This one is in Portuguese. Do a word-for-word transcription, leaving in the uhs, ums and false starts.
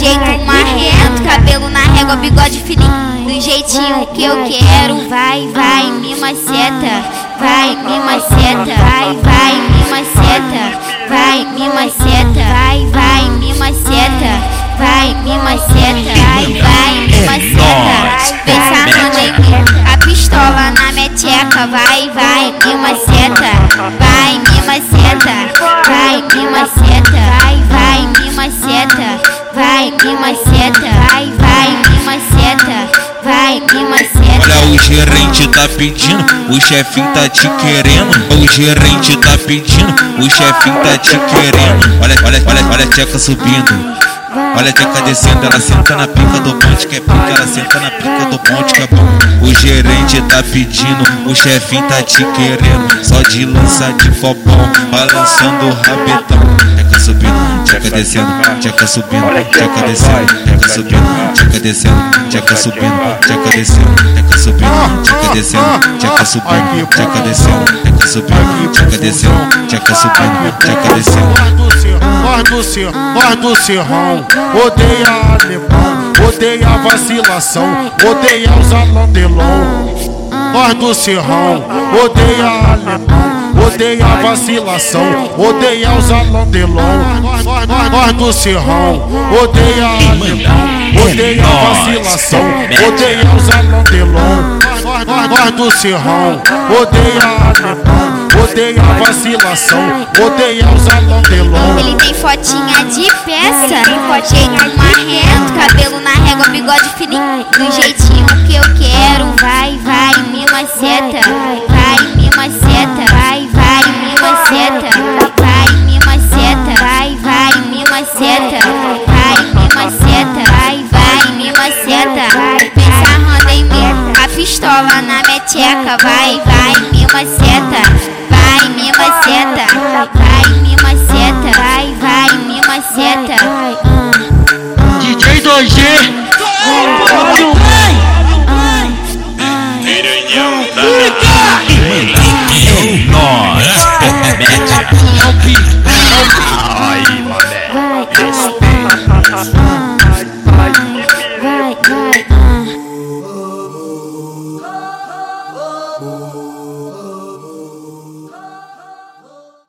jeito marrento, cabelo na régua, bigode fininho, do jeitinho que eu quero. Vai, vai, me maceta, vai, me maceta, vai, vai, me maceta, vai, me maceta, vai, vai, me maceta. Vai, me maceta, vai, vai, me maceta. Vem sarrando em mim, a pistola na meteca. Vai, vai, me maceta, vai, me maceta, vai, me maceta, vai, vai, me maceta, vai, me maceta, vai, vai, me maceta, vai, me maceta. Olha, o gerente tá pedindo, o chefinho tá te querendo. O gerente tá pedindo, o chefinho tá te querendo. Olha, olha, olha, olha a tcheca subindo. Olha a tcheca descendo, ela senta na pica do bonde que é pica, ela senta na pica do bonde que é bom. O gerente tá pedindo, o chefinho tá te querendo. Só de lança de fobão, balançando o rabetão. Tcheca subindo, tcheca descendo, tcheca subindo, tcheca descendo, tcheca subindo, tcheca descendo, tcheca subindo, tcheca descendo, tcheca subindo, tcheca descendo, tcheca subindo, tcheca descendo, tcheca subindo, tcheca descendo, tcheca subindo, tcheca descendo. Nós do Serrão, nós do Serrão, odeia alemão, odeia vacilação, odeia os alandelão. Nós do Serrão, odeia alemão, odeia vacilação, odeia os alandelão. Nós do Serrão, odeia alemão, odeia vacilação, odeia os alandelão. Nós do Serrão, odeia alemão, odeia vacilação, odeia os alandelão. Ele tem fotinha de peça, jeito marrento, cabelo na régua, bigode fininho, do jeitinho que eu quero. Vai, vai, me maceta, vai, me maceta, vai, vai, me maceta, vai, me maceta, vai, vai, me maceta, vai, me maceta, vai, vai, me maceta. Vem sarrando em mim, a pistola na meteca. Vai, vai, me maceta, vai, me maceta, vai, me maceta, vai, vai, me maceta. D J dois G, Piranhão da